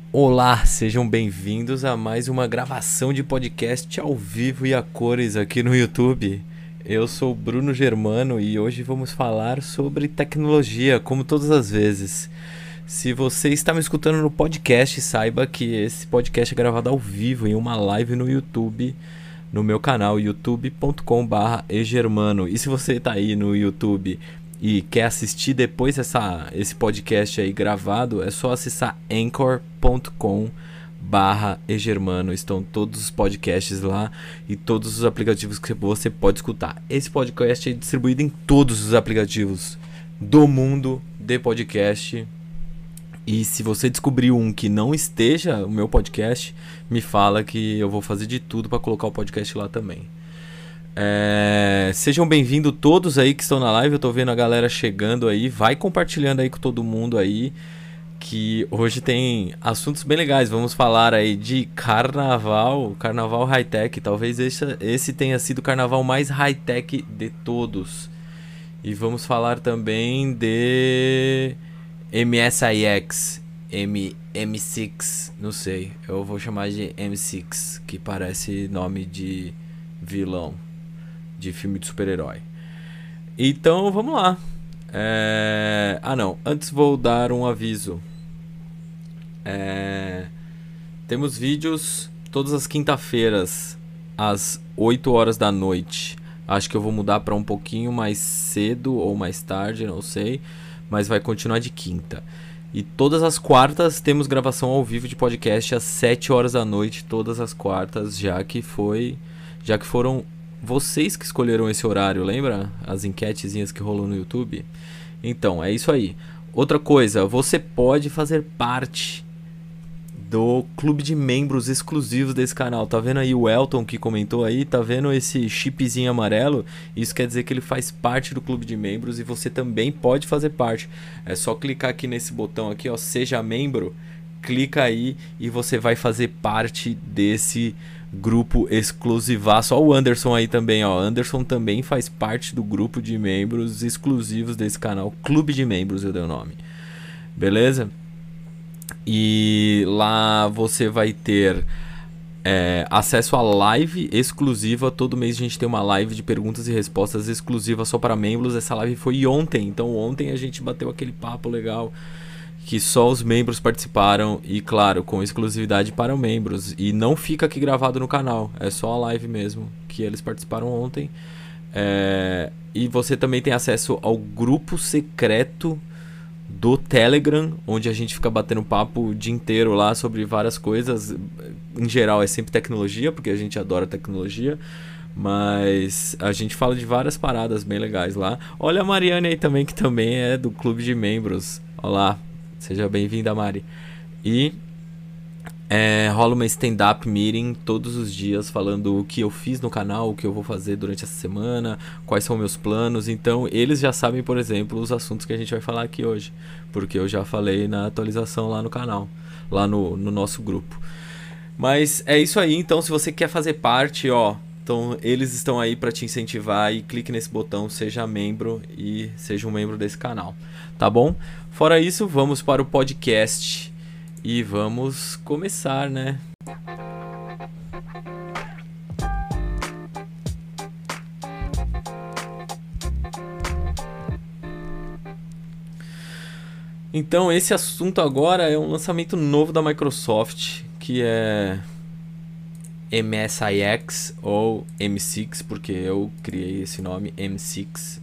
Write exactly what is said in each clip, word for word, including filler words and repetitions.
Olá, sejam bem-vindos a mais uma gravação de podcast ao vivo e a cores aqui no YouTube. Eu sou o Bruno Germano e hoje vamos falar sobre tecnologia, como todas as vezes. Se você está me escutando no podcast, saiba que esse podcast é gravado ao vivo em uma live no YouTube, no meu canal youtube ponto com barra egermano. E se você está aí no YouTube e quer assistir depois essa, esse podcast aí gravado, é só acessar anchor ponto com barra egermano. Estão todos os podcasts lá e todos os aplicativos que você pode escutar. Esse podcast é distribuído em todos os aplicativos do mundo de podcast. E se você descobrir um que não esteja o meu podcast, me fala que eu vou fazer de tudo para colocar o podcast lá também. É, sejam bem-vindos todos aí que estão na live. Eu tô vendo a galera chegando aí. Vai compartilhando aí com todo mundo aí, que hoje tem assuntos bem legais. Vamos falar aí de carnaval, carnaval high-tech. Talvez esse, esse tenha sido o carnaval mais high-tech de todos. E vamos falar também de M S I X, M, M6, não sei. Eu vou chamar de M seis, que parece nome de vilão de filme de super-herói. Então vamos lá. É... Ah não, antes vou dar um aviso. É... Temos vídeos todas as quinta-feiras às oito horas da noite. Acho que eu vou mudar para um pouquinho mais cedo ou mais tarde, não sei, mas vai continuar de quinta. E todas as quartas temos gravação ao vivo de podcast às sete horas da noite, todas as quartas, já que foi, já que foram vocês que escolheram esse horário, lembra? As enquetezinhas que rolou no YouTube? Então, é isso aí. Outra coisa, você pode fazer parte do clube de membros exclusivos desse canal. Tá vendo aí o Elton que comentou aí? Tá vendo esse chipzinho amarelo? Isso quer dizer que ele faz parte do clube de membros e você também pode fazer parte. É só clicar aqui nesse botão aqui, ó, seja membro. Clica aí e você vai fazer parte desse grupo exclusivaço. Ó, o Anderson aí também, ó. Anderson também faz parte do grupo de membros exclusivos desse canal. Clube de membros eu dei o nome. Beleza? E lá você vai ter é, acesso a live exclusiva. Todo mês a gente tem uma live de perguntas e respostas exclusiva só para membros. Essa live foi ontem. Então ontem a gente bateu aquele papo legal que só os membros participaram e, claro, com exclusividade para membros. E não fica aqui gravado no canal, é só a live mesmo, que eles participaram ontem. É... E você também tem acesso ao grupo secreto do Telegram, onde a gente fica batendo papo o dia inteiro lá sobre várias coisas. Em geral é sempre tecnologia, porque a gente adora tecnologia. Mas a gente fala de várias paradas bem legais lá. Olha a Mariane aí também, que também é do clube de membros. Olá. Seja bem-vinda, Mari. E é, rola uma stand-up meeting todos os dias falando o que eu fiz no canal, o que eu vou fazer durante essa semana, quais são meus planos. Então, eles já sabem, por exemplo, os assuntos que a gente vai falar aqui hoje, porque eu já falei na atualização lá no canal, lá no, no nosso grupo. Mas é isso aí. Então, se você quer fazer parte, ó, então eles estão aí para te incentivar e clique nesse botão, seja membro e seja um membro desse canal, tá bom? Fora isso, vamos para o podcast e vamos começar, né? Então, esse assunto agora é um lançamento novo da Microsoft, que é M S I X ou M seis, porque eu criei esse nome, M seis.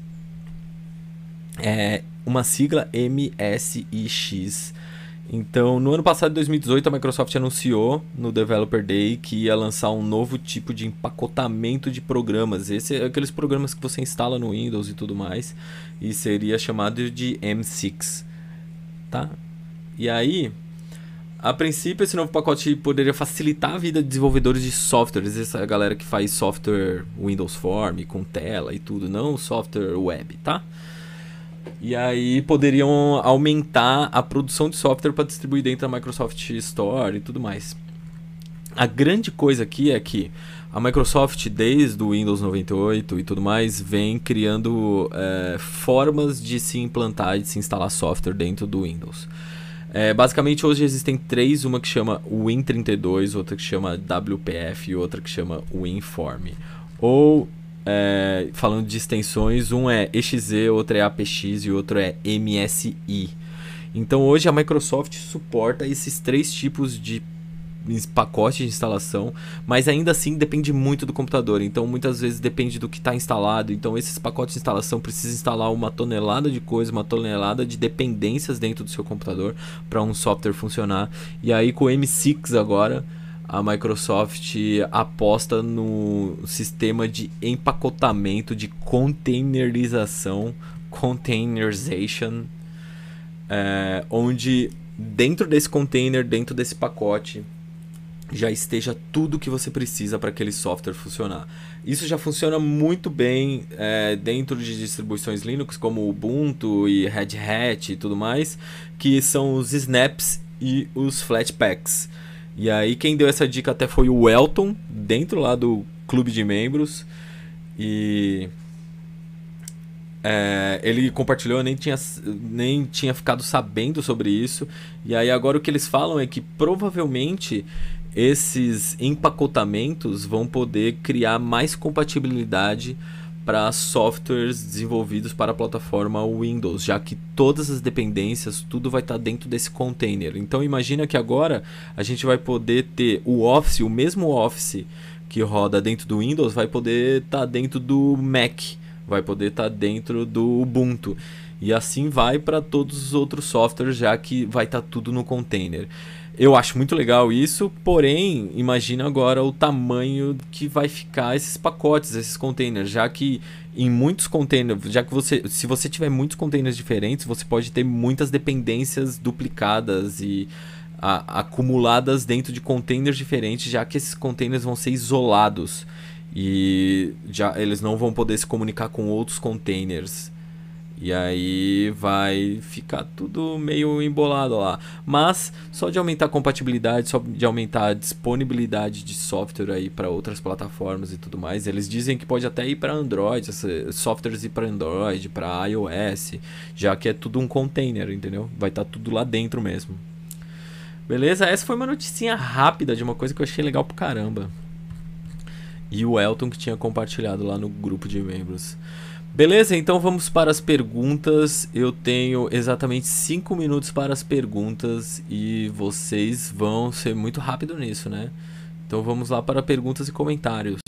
É uma sigla M S I X. Então, no ano passado, dois mil e dezoito, a Microsoft anunciou no Developer Day que ia lançar um novo tipo de empacotamento de programas. Esse é aqueles programas que você instala no Windows e tudo mais, e seria chamado de M seis, tá? E aí, a princípio, esse novo pacote poderia facilitar a vida de desenvolvedores de softwares, essa galera que faz software Windows Form com tela e tudo, não software web, tá? E aí poderiam aumentar a produção de software para distribuir dentro da Microsoft Store e tudo mais. A grande coisa aqui é que a Microsoft, desde o Windows noventa e oito e tudo mais, vem criando é, formas de se implantar e de se instalar software dentro do Windows. É, basicamente hoje existem três, uma que chama Win trinta e dois, outra que chama W P F e outra que chama WinForm. Ou, é, falando de extensões, um é E X E, outro é A P X e outro é M S I. Então hoje a Microsoft suporta esses três tipos de pacote de instalação, mas ainda assim depende muito do computador, então muitas vezes depende do que está instalado. Então esses pacotes de instalação precisam instalar uma tonelada de coisa, uma tonelada de dependências dentro do seu computador para um software funcionar. E aí com o M seis agora a Microsoft aposta no sistema de empacotamento, de containerização, containerization, é, onde dentro desse container, dentro desse pacote, já esteja tudo que você precisa para aquele software funcionar. Isso já funciona muito bem é, dentro de distribuições Linux como Ubuntu e Red Hat e tudo mais, que são os snaps e os flatpaks. E aí quem deu essa dica até foi o Elton, dentro lá do clube de membros, e é, ele compartilhou, eu nem tinha, nem tinha ficado sabendo sobre isso. E aí agora o que eles falam é que provavelmente esses empacotamentos vão poder criar mais compatibilidade para softwares desenvolvidos para a plataforma Windows, já que todas as dependências, tudo vai estar dentro desse container. Então imagina que agora a gente vai poder ter o Office, o mesmo Office que roda dentro do Windows, vai poder estar dentro do Mac, vai poder estar dentro do Ubuntu. E assim vai para todos os outros softwares, já que vai estar tudo no container. Eu acho muito legal isso, porém, imagina agora o tamanho que vai ficar esses pacotes, esses containers, já que em muitos containers, já que você, se você tiver muitos containers diferentes, você pode ter muitas dependências duplicadas e a, acumuladas dentro de containers diferentes, já que esses containers vão ser isolados e já eles não vão poder se comunicar com outros containers. E aí vai ficar tudo meio embolado lá. Mas só de aumentar a compatibilidade, só de aumentar a disponibilidade de software aí para outras plataformas e tudo mais, eles dizem que pode até ir para Android, softwares ir para Android, para iOS, já que é tudo um container, entendeu? Vai estar tudo lá dentro mesmo. Beleza? Essa foi uma noticinha rápida de uma coisa que eu achei legal pra caramba. E o Elton que tinha compartilhado lá no grupo de membros. Beleza, então vamos para as perguntas. Eu tenho exatamente cinco minutos para as perguntas e vocês vão ser muito rápido nisso, né? Então vamos lá para perguntas e comentários.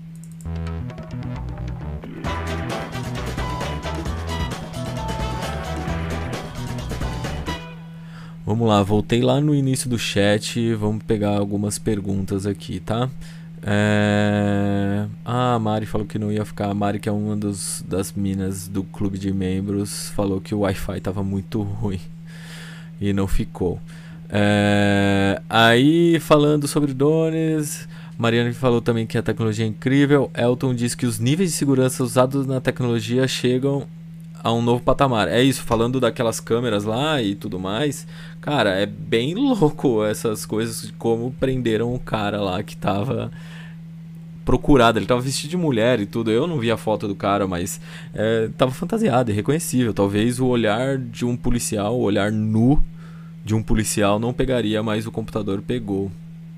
Vamos lá, voltei lá no início do chat, vamos pegar algumas perguntas aqui, tá? É... Ah, a Mari falou que não ia ficar. A Mari, que é uma dos, das minas do clube de membros, falou que o Wi-Fi tava muito ruim e não ficou. É... Aí, falando sobre drones, Mariana falou também que a tecnologia é incrível. Elton disse que os níveis de segurança usados na tecnologia chegam a um novo patamar. É isso, falando daquelas câmeras lá e tudo mais. Cara, é bem louco essas coisas de como prenderam o cara lá que tava procurado. Ele tava vestido de mulher e tudo. Eu não vi a foto do cara, mas é, tava fantasiado, irreconhecível. Talvez o olhar de um policial, o olhar nu de um policial não pegaria, mas o computador pegou.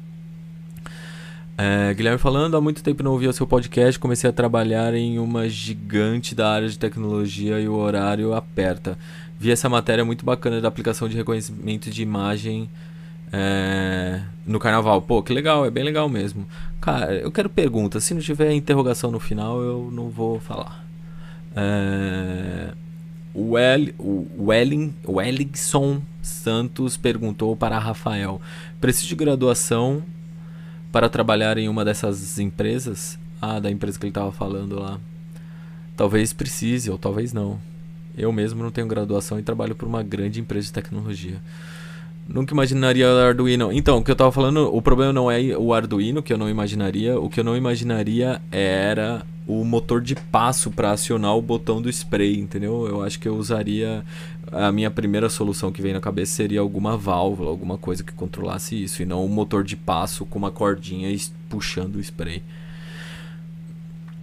É, Guilherme falando, há muito tempo não ouvia seu podcast, comecei a trabalhar em uma gigante da área de tecnologia e o horário aperta. Vi essa matéria muito bacana da aplicação de reconhecimento de imagem é, no carnaval. Pô, que legal, é bem legal mesmo. Cara, eu quero perguntas, se não tiver interrogação no final eu não vou falar. É, o Well, o Welling, Wellingson Santos perguntou para Rafael, preciso de graduação para trabalhar em uma dessas empresas? Ah, da empresa que ele estava falando lá. Talvez precise, ou talvez não. Eu mesmo não tenho graduação e trabalho por uma grande empresa de tecnologia. Nunca imaginaria o Arduino. Então, o que eu estava falando, o problema não é o Arduino, que eu não imaginaria. O que eu não imaginaria era o motor de passo para acionar o botão do spray, entendeu? Eu acho que eu usaria... A minha primeira solução que vem na cabeça seria alguma válvula, alguma coisa que controlasse isso, e não um motor de passo com uma cordinha puxando o spray.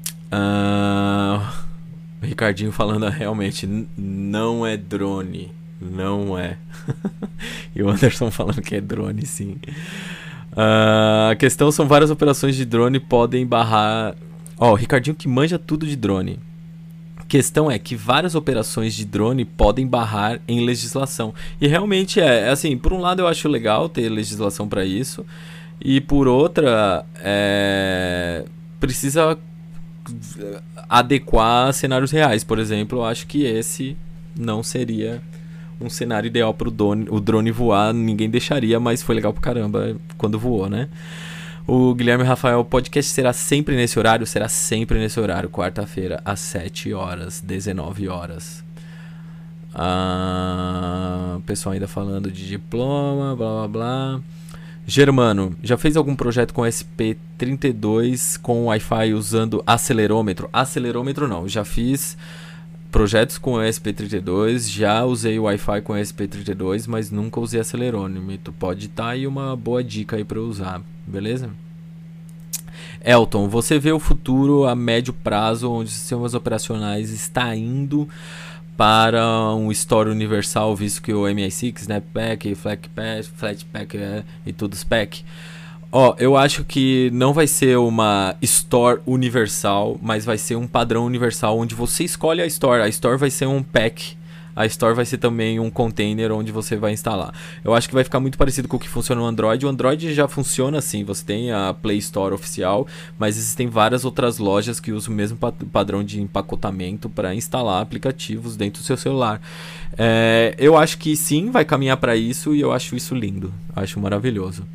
Uh, o Ricardinho falando, realmente, não é drone. Não é. E o Anderson falando que é drone, sim. Uh, a questão são várias operações de drone podem barrar. Ó, o Ricardinho que manja tudo de drone. A questão é que várias operações de drone podem barrar em legislação. E realmente é, assim, por um lado eu acho legal ter legislação para isso, e por outra, é, precisa adequar cenários reais. Por exemplo, eu acho que esse não seria um cenário ideal para o drone, o drone voar, ninguém deixaria, mas foi legal pro caramba quando voou, né? O Guilherme Rafael, o podcast será sempre nesse horário? Será sempre nesse horário, quarta-feira, às sete horas, dezenove horas. Ah, o pessoal ainda falando de diploma, blá blá blá. Germano, já fez algum projeto com S P trinta e dois com Wi-Fi usando acelerômetro? Acelerômetro não, já fiz projetos com S P trinta e dois, já usei o Wi-Fi com S P trinta e dois, mas nunca usei acelerômetro. Pode estar aí uma boa dica aí para eu usar, beleza? Elton, você vê o futuro a médio prazo onde os sistemas operacionais está indo para um Store universal, visto que o M I seis, Snappack, Flatpak, Flatpak é, e tudo spec. Ó, eu acho que não vai ser uma Store universal, mas vai ser um padrão universal onde você escolhe a Store. A Store vai ser um pack, a Store vai ser também um container onde você vai instalar. Eu acho que vai ficar muito parecido com o que funciona no Android. O Android já funciona assim, você tem a Play Store oficial, mas existem várias outras lojas que usam o mesmo padrão de empacotamento para instalar aplicativos dentro do seu celular. É, eu acho que sim, vai caminhar para isso e eu acho isso lindo, acho maravilhoso.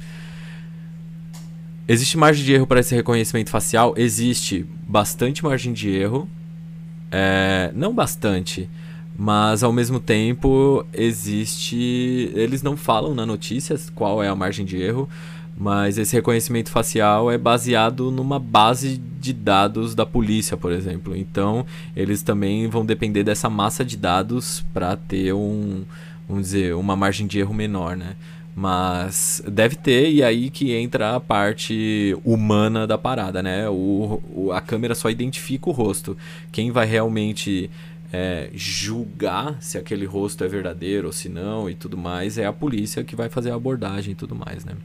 Existe margem de erro para esse reconhecimento facial? Existe bastante margem de erro. É, não bastante, mas ao mesmo tempo existe... Eles não falam na notícia qual é a margem de erro, mas esse reconhecimento facial é baseado numa base de dados da polícia, por exemplo. Então, eles também vão depender dessa massa de dados para ter um, vamos dizer, uma margem de erro menor, né? Mas deve ter, e aí que entra a parte humana da parada, né? O, o, a câmera só identifica o rosto. Quem vai realmente é, julgar se aquele rosto é verdadeiro ou se não e tudo mais é a polícia que vai fazer a abordagem e tudo mais, né?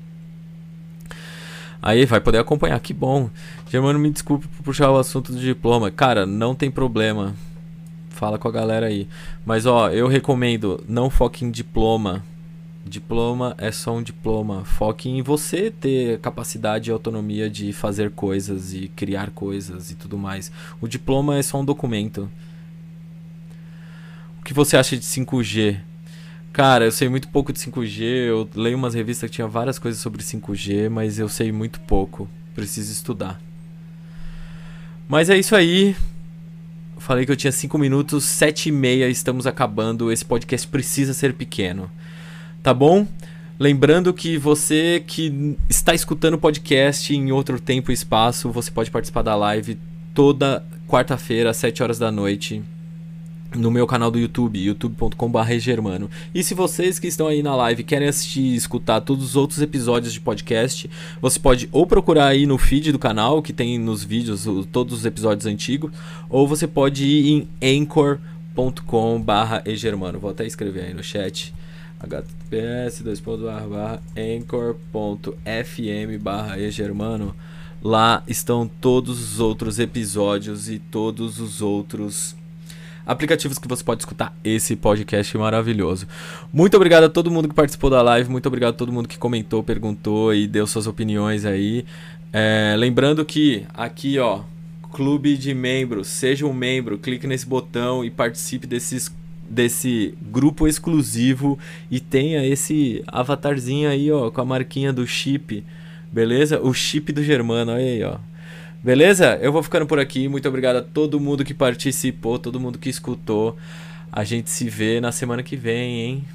Aí vai poder acompanhar, que bom. Germano, me desculpe por puxar o assunto do diploma. Cara, não tem problema. Fala com a galera aí. Mas ó, eu recomendo, não foque em diploma. Diploma é só um diploma. Foque em você ter capacidade e autonomia de fazer coisas e criar coisas e tudo mais. O diploma é só um documento. O que você acha de cinco G? Cara, eu sei muito pouco de cinco G. Eu leio umas revistas que tinha várias coisas sobre cinco G, mas eu sei muito pouco. Preciso estudar. Mas é isso aí. Falei que eu tinha cinco minutos, sete e meia, estamos acabando. Esse podcast precisa ser pequeno. Tá bom? Lembrando que você que está escutando o podcast em outro tempo e espaço, você pode participar da live toda quarta-feira, às sete horas da noite, no meu canal do YouTube, youtube ponto com barra germano. E se vocês que estão aí na live querem assistir e escutar todos os outros episódios de podcast, você pode ou procurar aí no feed do canal, que tem nos vídeos todos os episódios antigos, ou você pode ir em anchor ponto com barra germano. Vou até escrever aí no chat. H T T P S dois pontos barra anchor ponto f m barra germano. Lá estão todos os outros episódios e todos os outros aplicativos que você pode escutar esse podcast maravilhoso. Muito obrigado a todo mundo que participou da live, muito obrigado a todo mundo que comentou, perguntou e deu suas opiniões aí. É, lembrando que aqui, ó, clube de membros, seja um membro, clique nesse botão e participe desses desse grupo exclusivo e tenha esse avatarzinho aí, ó, com a marquinha do chip, beleza? O chip do Germano, olha aí, ó. Beleza? Eu vou ficando por aqui. Muito obrigado a todo mundo que participou, todo mundo que escutou. A gente se vê na semana que vem, hein?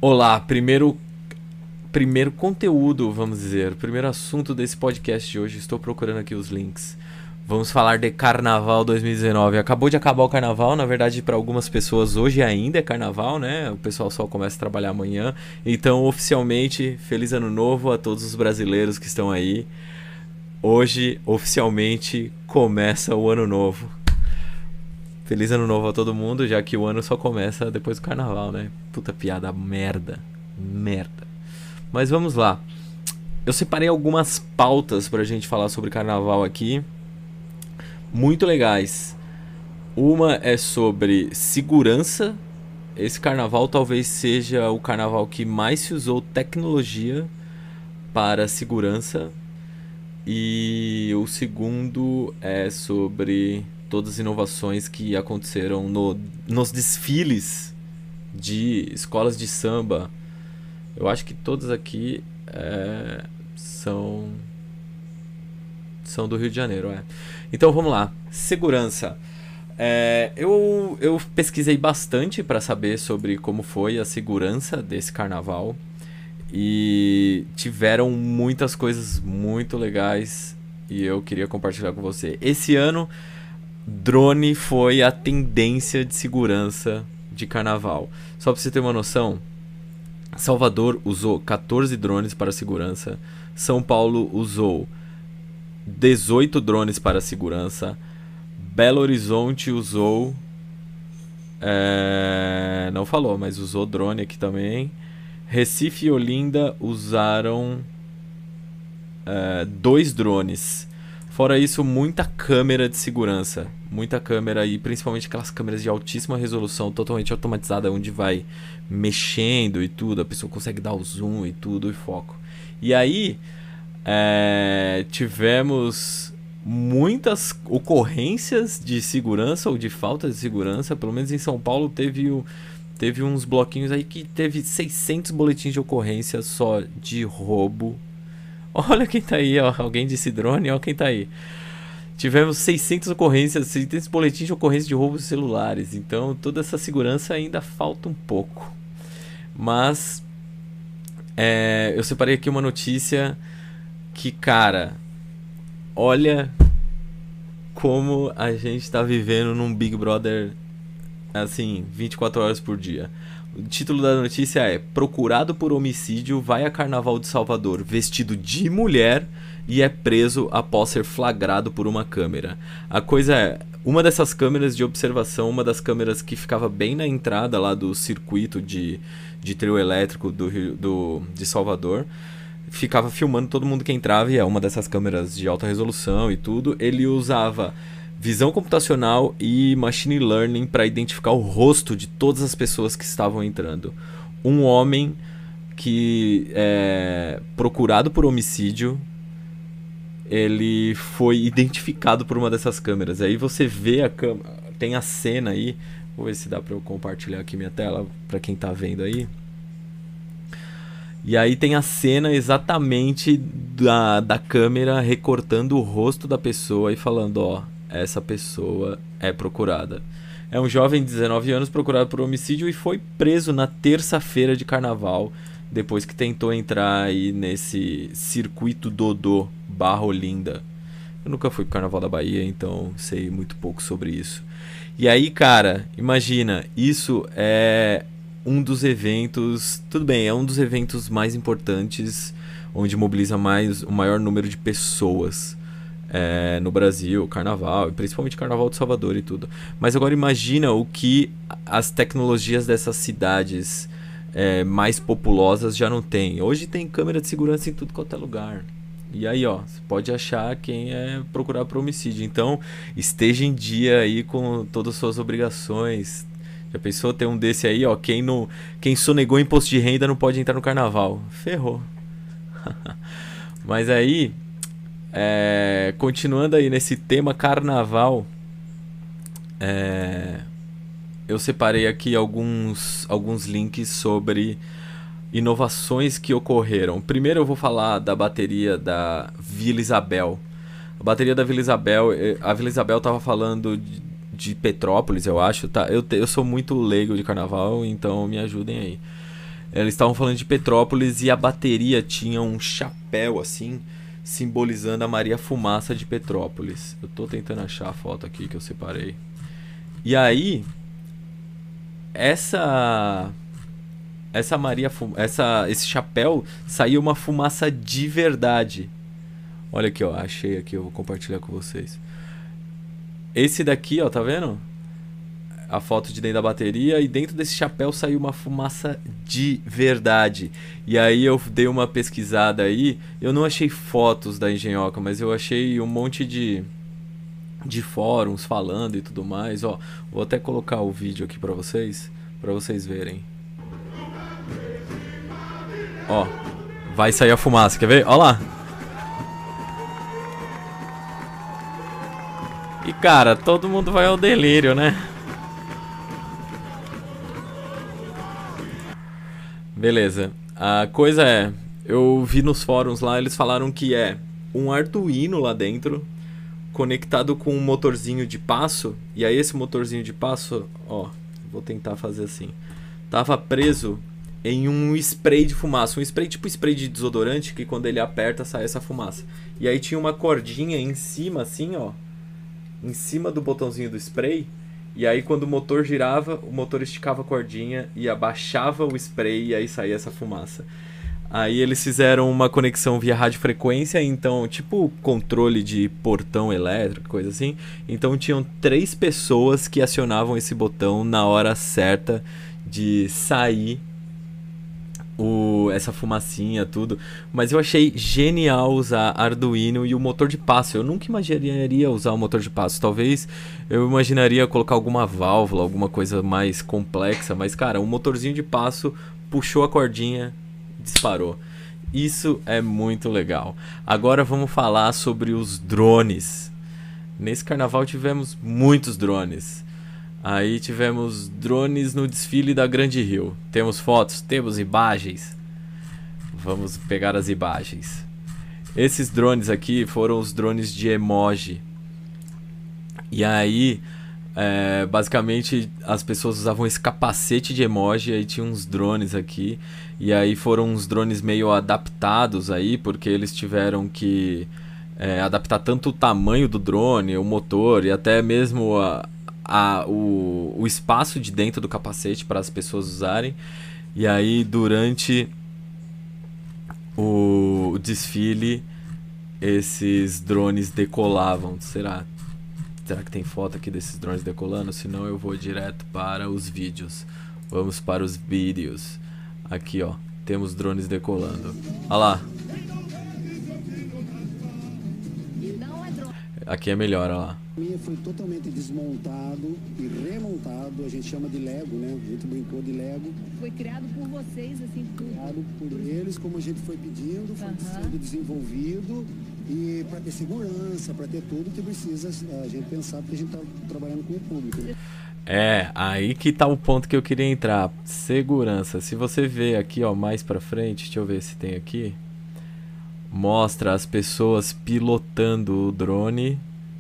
Olá, primeiro, primeiro conteúdo, vamos dizer, primeiro assunto desse podcast de hoje. Estou procurando aqui os links. Vamos falar de Carnaval dois mil e dezenove. Acabou de acabar o Carnaval, na verdade para algumas pessoas hoje ainda é Carnaval, né? O pessoal só começa a trabalhar amanhã. Então, oficialmente, feliz ano novo a todos os brasileiros que estão aí. Hoje, oficialmente, começa o ano novo. Feliz ano novo a todo mundo, já que o ano só começa depois do Carnaval, né? Puta piada, merda. Merda. Mas vamos lá. Eu separei algumas pautas pra gente falar sobre Carnaval aqui. Muito legais. Uma é sobre segurança. Esse carnaval talvez seja o carnaval que mais se usou tecnologia para segurança. E o segundo é sobre todas as inovações que aconteceram no, nos desfiles de escolas de samba. Eu acho que todas aqui é, são são do Rio de Janeiro, é. Então vamos lá, segurança. É, eu, eu pesquisei bastante para saber sobre como foi a segurança desse carnaval e tiveram muitas coisas muito legais e eu queria compartilhar com você. Esse ano, drone foi a tendência de segurança de carnaval. Só para você ter uma noção, Salvador usou quatorze drones para segurança, São Paulo usou dezoito drones para segurança, Belo Horizonte usou... É, não falou, mas usou drone aqui também. Recife e Olinda usaram é, dois drones. Fora isso, muita câmera de segurança. Muita câmera e principalmente aquelas câmeras de altíssima resolução, totalmente automatizada, onde vai mexendo e tudo. A pessoa consegue dar o zoom e tudo e foco. E aí... É, tivemos muitas ocorrências de segurança ou de falta de segurança. Pelo menos em São Paulo teve, o, teve uns bloquinhos aí que teve seiscentos boletins de ocorrência só de roubo. Olha quem tá aí, ó. Alguém disse drone, ó quem tá aí. Tivemos seiscentas ocorrências, seiscentos boletins de ocorrência de roubos de celulares. Então toda essa segurança ainda falta um pouco. Mas é, eu separei aqui uma notícia que, cara, olha como a gente tá vivendo num Big Brother, assim, vinte e quatro horas por dia. O título da notícia é: procurado por homicídio vai a Carnaval de Salvador vestido de mulher e é preso após ser flagrado por uma câmera. A coisa é, uma dessas câmeras de observação, uma das câmeras que ficava bem na entrada lá do circuito de, de trio elétrico do, do, de Salvador, ficava filmando todo mundo que entrava, e é uma dessas câmeras de alta resolução e tudo. Ele usava visão computacional e machine learning para identificar o rosto de todas as pessoas que estavam entrando. Um homem que é procurado por homicídio, ele foi identificado por uma dessas câmeras. Aí você vê a câmera, tem a cena aí, vou ver se dá para eu compartilhar aqui minha tela para quem tá vendo aí. E aí tem a cena exatamente da, da câmera recortando o rosto da pessoa e falando, ó, essa pessoa é procurada. É um jovem de dezenove anos procurado por homicídio e foi preso na terça-feira de carnaval, depois que tentou entrar aí nesse circuito Dodô barra Olinda. Eu nunca fui pro Carnaval da Bahia, então sei muito pouco sobre isso. E aí, cara, imagina, isso é um dos eventos, tudo bem, é um dos eventos mais importantes, onde mobiliza mais o maior número de pessoas é, no Brasil, Carnaval, principalmente Carnaval de Salvador e tudo. Mas agora imagina o que as tecnologias dessas cidades é, mais populosas já não têm. Hoje tem câmera de segurança em tudo quanto é lugar. E aí, ó, você pode achar quem é procurar por homicídio. Então, esteja em dia aí com todas as suas obrigações. Já pensou ter um desse aí, ó? Quem, não, quem sonegou imposto de renda não pode entrar no carnaval. Ferrou. Mas aí, é, continuando aí nesse tema carnaval, é, eu separei aqui alguns, alguns links sobre inovações que ocorreram. Primeiro eu vou falar da bateria da Vila Isabel. A bateria da Vila Isabel, a Vila Isabel tava falando de, de Petrópolis, eu acho, tá? Eu, te, eu sou muito leigo de carnaval, então me ajudem aí. Eles estavam falando de Petrópolis e a bateria tinha um chapéu assim, simbolizando a Maria Fumaça de Petrópolis. Eu tô tentando achar a foto aqui que eu separei. E aí, essa essa Maria Fum... essa esse chapéu saiu uma fumaça de verdade. Olha aqui, ó, achei aqui, eu vou compartilhar com vocês. Esse daqui, ó, tá vendo? A foto de dentro da bateria, e dentro desse chapéu saiu uma fumaça de verdade. E aí eu dei uma pesquisada aí, eu não achei fotos da Engenhoca, mas eu achei um monte de de fóruns falando e tudo mais, ó. Vou até colocar o vídeo aqui pra vocês, pra vocês verem. Ó, vai sair a fumaça, quer ver? Ó lá. E cara, todo mundo vai ao delírio, né? Beleza. A coisa é, eu vi nos fóruns lá, eles falaram que é um Arduino lá dentro, conectado com um motorzinho de passo, e aí esse motorzinho de passo, ó, vou tentar fazer assim, tava preso em um spray de fumaça, um spray tipo spray de desodorante, que quando ele aperta sai essa fumaça. E aí tinha uma cordinha em cima assim, ó, em cima do botãozinho do spray, e aí quando o motor girava, o motor esticava a cordinha e abaixava o spray e aí saía essa fumaça. Aí eles fizeram uma conexão via radiofrequência, então tipo controle de portão elétrico, coisa assim. Então tinham três pessoas que acionavam esse botão na hora certa de sair o, essa fumacinha, tudo. Mas eu achei genial usar Arduino e o motor de passo. Eu nunca imaginaria usar o motor de passo. Talvez eu imaginaria colocar alguma válvula, alguma coisa mais complexa. Mas cara, um motorzinho de passo puxou a cordinha, disparou. Isso é muito legal. Agora vamos falar sobre os drones. Nesse carnaval tivemos muitos drones. Aí tivemos drones no desfile da Grande Rio. Temos fotos, temos imagens. Vamos pegar as imagens. Esses drones aqui foram os drones de emoji. E aí, é, basicamente, as pessoas usavam esse capacete de emoji. Aí tinha uns drones aqui. E aí foram uns drones meio adaptados aí, porque eles tiveram que é, adaptar tanto o tamanho do drone, o motor e até mesmo a... A, o, o espaço de dentro do capacete para as pessoas usarem. E aí durante o, o desfile esses drones decolavam. Será? Será que tem foto aqui desses drones decolando? Senão eu vou direto para os vídeos. Vamos para os vídeos. Aqui ó, temos drones decolando. Olha lá. Aqui é melhor, olha lá. Foi totalmente desmontado e remontado, a gente chama de Lego, né? A gente brincou de Lego. Foi criado por vocês, assim, tudo? Criado por eles, como a gente foi pedindo, foi uhum. sendo desenvolvido. E para ter segurança, para ter tudo que precisa a gente pensar, porque a gente está trabalhando com o público. Né? É, aí que tá o ponto que eu queria entrar. Segurança. Se você ver aqui, ó, mais pra frente, deixa eu ver se tem aqui. Mostra as pessoas pilotando o drone.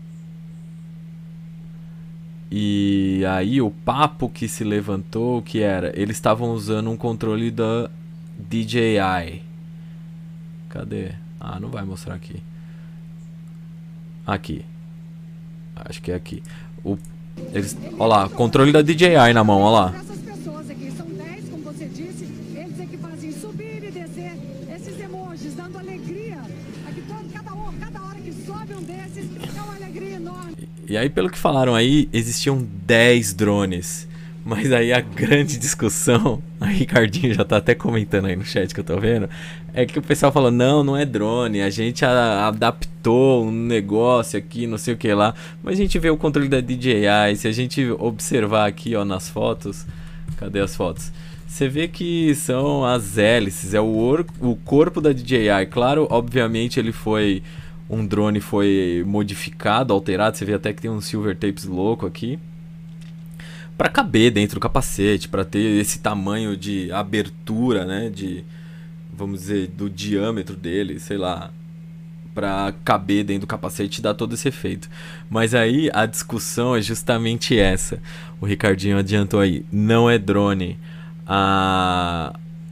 E aí o papo que se levantou, que era, eles estavam usando um controle da D J I. Cadê? Ah, não vai mostrar aqui. Aqui. Acho que é aqui. O, eles, ó lá, controle da D J I na mão, ó lá. Essas pessoas aqui são dez, como você disse, eles é que fazem subir e descer esses emojis, dando alegria. Aqui todo, cada, cada hora que sobe um desses, é uma alegria enorme. E aí, pelo que falaram aí, existiam dez drones. Mas aí a grande discussão, a Ricardinho já tá até comentando aí no chat que eu tô vendo, é que o pessoal falou, não, não é drone, a gente a, adaptou um negócio aqui, não sei o que lá. Mas a gente vê o controle da D J I, se a gente observar aqui, ó, nas fotos, cadê as fotos? Você vê que são as hélices, é o, or, o corpo da D J I. Claro, obviamente ele foi... Um drone foi modificado, alterado. Você vê até que tem um silver tapes louco aqui. Pra caber dentro do capacete, pra ter esse tamanho de abertura, né? De, vamos dizer, do diâmetro dele, sei lá. Pra caber dentro do capacete e dar todo esse efeito. Mas aí a discussão é justamente essa. O Ricardinho adiantou aí. Não é drone. A...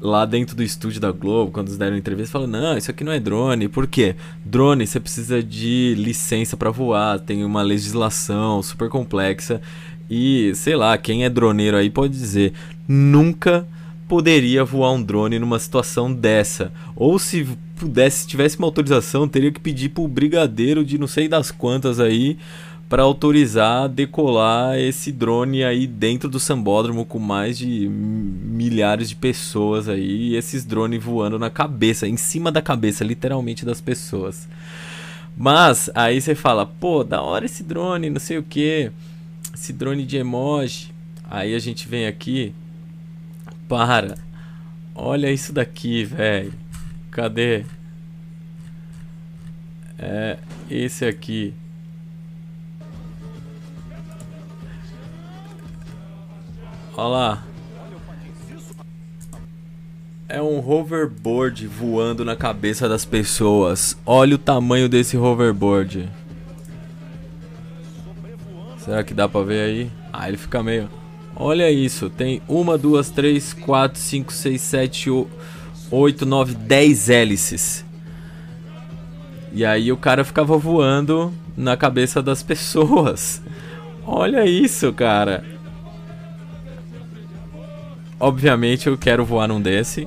lá dentro do estúdio da Globo, quando eles deram entrevista, falaram, não, isso aqui não é drone. Por quê? Drone, você precisa de licença para voar, tem uma legislação super complexa. E, sei lá, quem é droneiro aí pode dizer, nunca poderia voar um drone numa situação dessa. Ou se pudesse, se tivesse uma autorização, teria que pedir pro brigadeiro de não sei das quantas aí para autorizar decolar esse drone aí dentro do sambódromo com mais de milhares de pessoas aí, e esses drones voando na cabeça, em cima da cabeça, literalmente, das pessoas. Mas aí você fala, pô, da hora esse drone, não sei o que, esse drone de emoji. Aí a gente vem aqui, para, olha isso daqui, velho. Cadê? É esse aqui. Olha lá. É um hoverboard voando na cabeça das pessoas. Olha o tamanho desse hoverboard. Será que dá pra ver aí? Ah, ele fica meio... Olha isso. Tem uma, duas, três, quatro, cinco, seis, sete, oito, nove, dez hélices. E aí o cara ficava voando na cabeça das pessoas. Olha isso, cara. Obviamente eu quero voar num desse.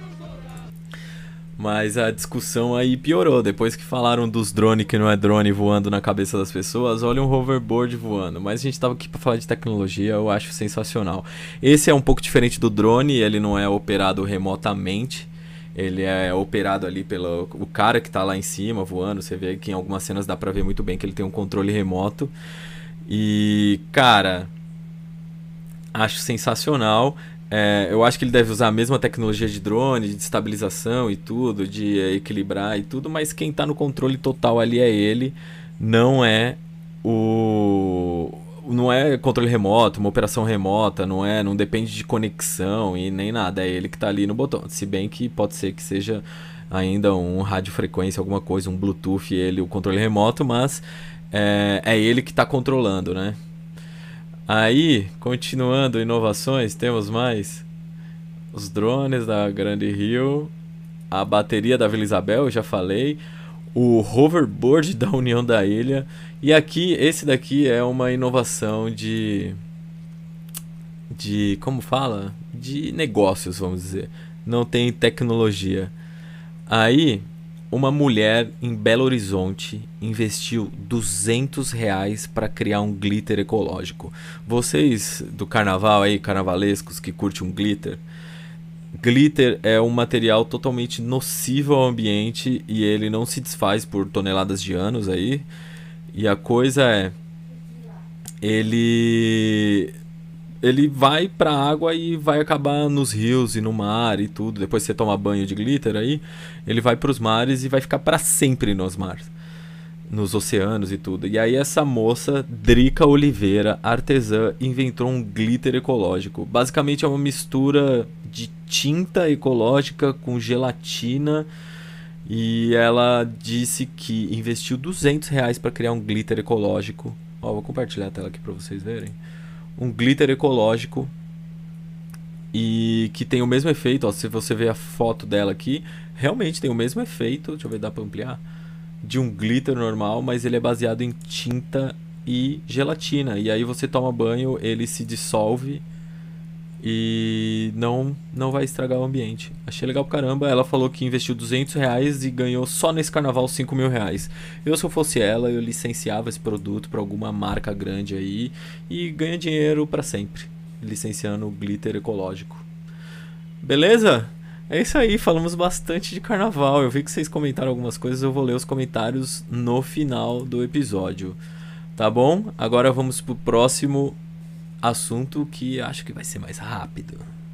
Mas a discussão aí piorou. Depois que falaram dos drones que não é drone voando na cabeça das pessoas, olha um hoverboard voando. Mas a gente tava aqui pra falar de tecnologia, eu acho sensacional. Esse é um pouco diferente do drone, ele não é operado remotamente. Ele é operado ali pelo o cara que tá lá em cima voando. Você vê que em algumas cenas dá pra ver muito bem que ele tem um controle remoto. E, cara, acho sensacional. É, eu acho que ele deve usar a mesma tecnologia de drone, de estabilização e tudo, de equilibrar e tudo, mas quem está no controle total ali é ele, não é o... não é controle remoto, uma operação remota, não é, não depende de conexão e nem nada, é ele que está ali no botão, se bem que pode ser que seja ainda um radiofrequência, alguma coisa, um Bluetooth, ele, o controle remoto, mas é, é ele que está controlando, né? Aí, continuando inovações, temos mais os drones da Grande Rio, a bateria da Vila Isabel, eu já falei, o hoverboard da União da Ilha, e aqui, esse daqui é uma inovação de, de, como fala? De negócios, vamos dizer, não tem tecnologia. Aí, uma mulher em Belo Horizonte investiu duzentos reais para criar um glitter ecológico. Vocês do carnaval aí, carnavalescos que curtem um glitter, glitter é um material totalmente nocivo ao ambiente e ele não se desfaz por toneladas de anos aí. E a coisa é, ele ele vai pra água e vai acabar nos rios e no mar e tudo. Depois você toma banho de glitter aí, ele vai pros mares e vai ficar pra sempre nos mares, nos oceanos e tudo. E aí essa moça, Drica Oliveira, artesã, inventou um glitter ecológico. Basicamente é uma mistura de tinta ecológica com gelatina. E ela disse que investiu duzentos reais para criar um glitter ecológico. Ó, vou compartilhar a tela aqui para vocês verem. Um glitter ecológico e que tem o mesmo efeito, ó, se você ver a foto dela aqui, realmente tem o mesmo efeito, deixa eu ver, dá para ampliar, de um glitter normal, mas ele é baseado em tinta e gelatina, e aí você toma banho, ele se dissolve e não, não vai estragar o ambiente. Achei legal pra caramba. Ela falou que investiu duzentos reais e ganhou só nesse carnaval cinco mil reais. Eu, se eu fosse ela, eu licenciava esse produto pra alguma marca grande aí e ganha dinheiro pra sempre, licenciando glitter ecológico. Beleza? É isso aí, falamos bastante de carnaval. Eu vi que vocês comentaram algumas coisas, eu vou ler os comentários no final do episódio. Tá bom? Agora vamos pro próximo assunto, que acho que vai ser mais rápido.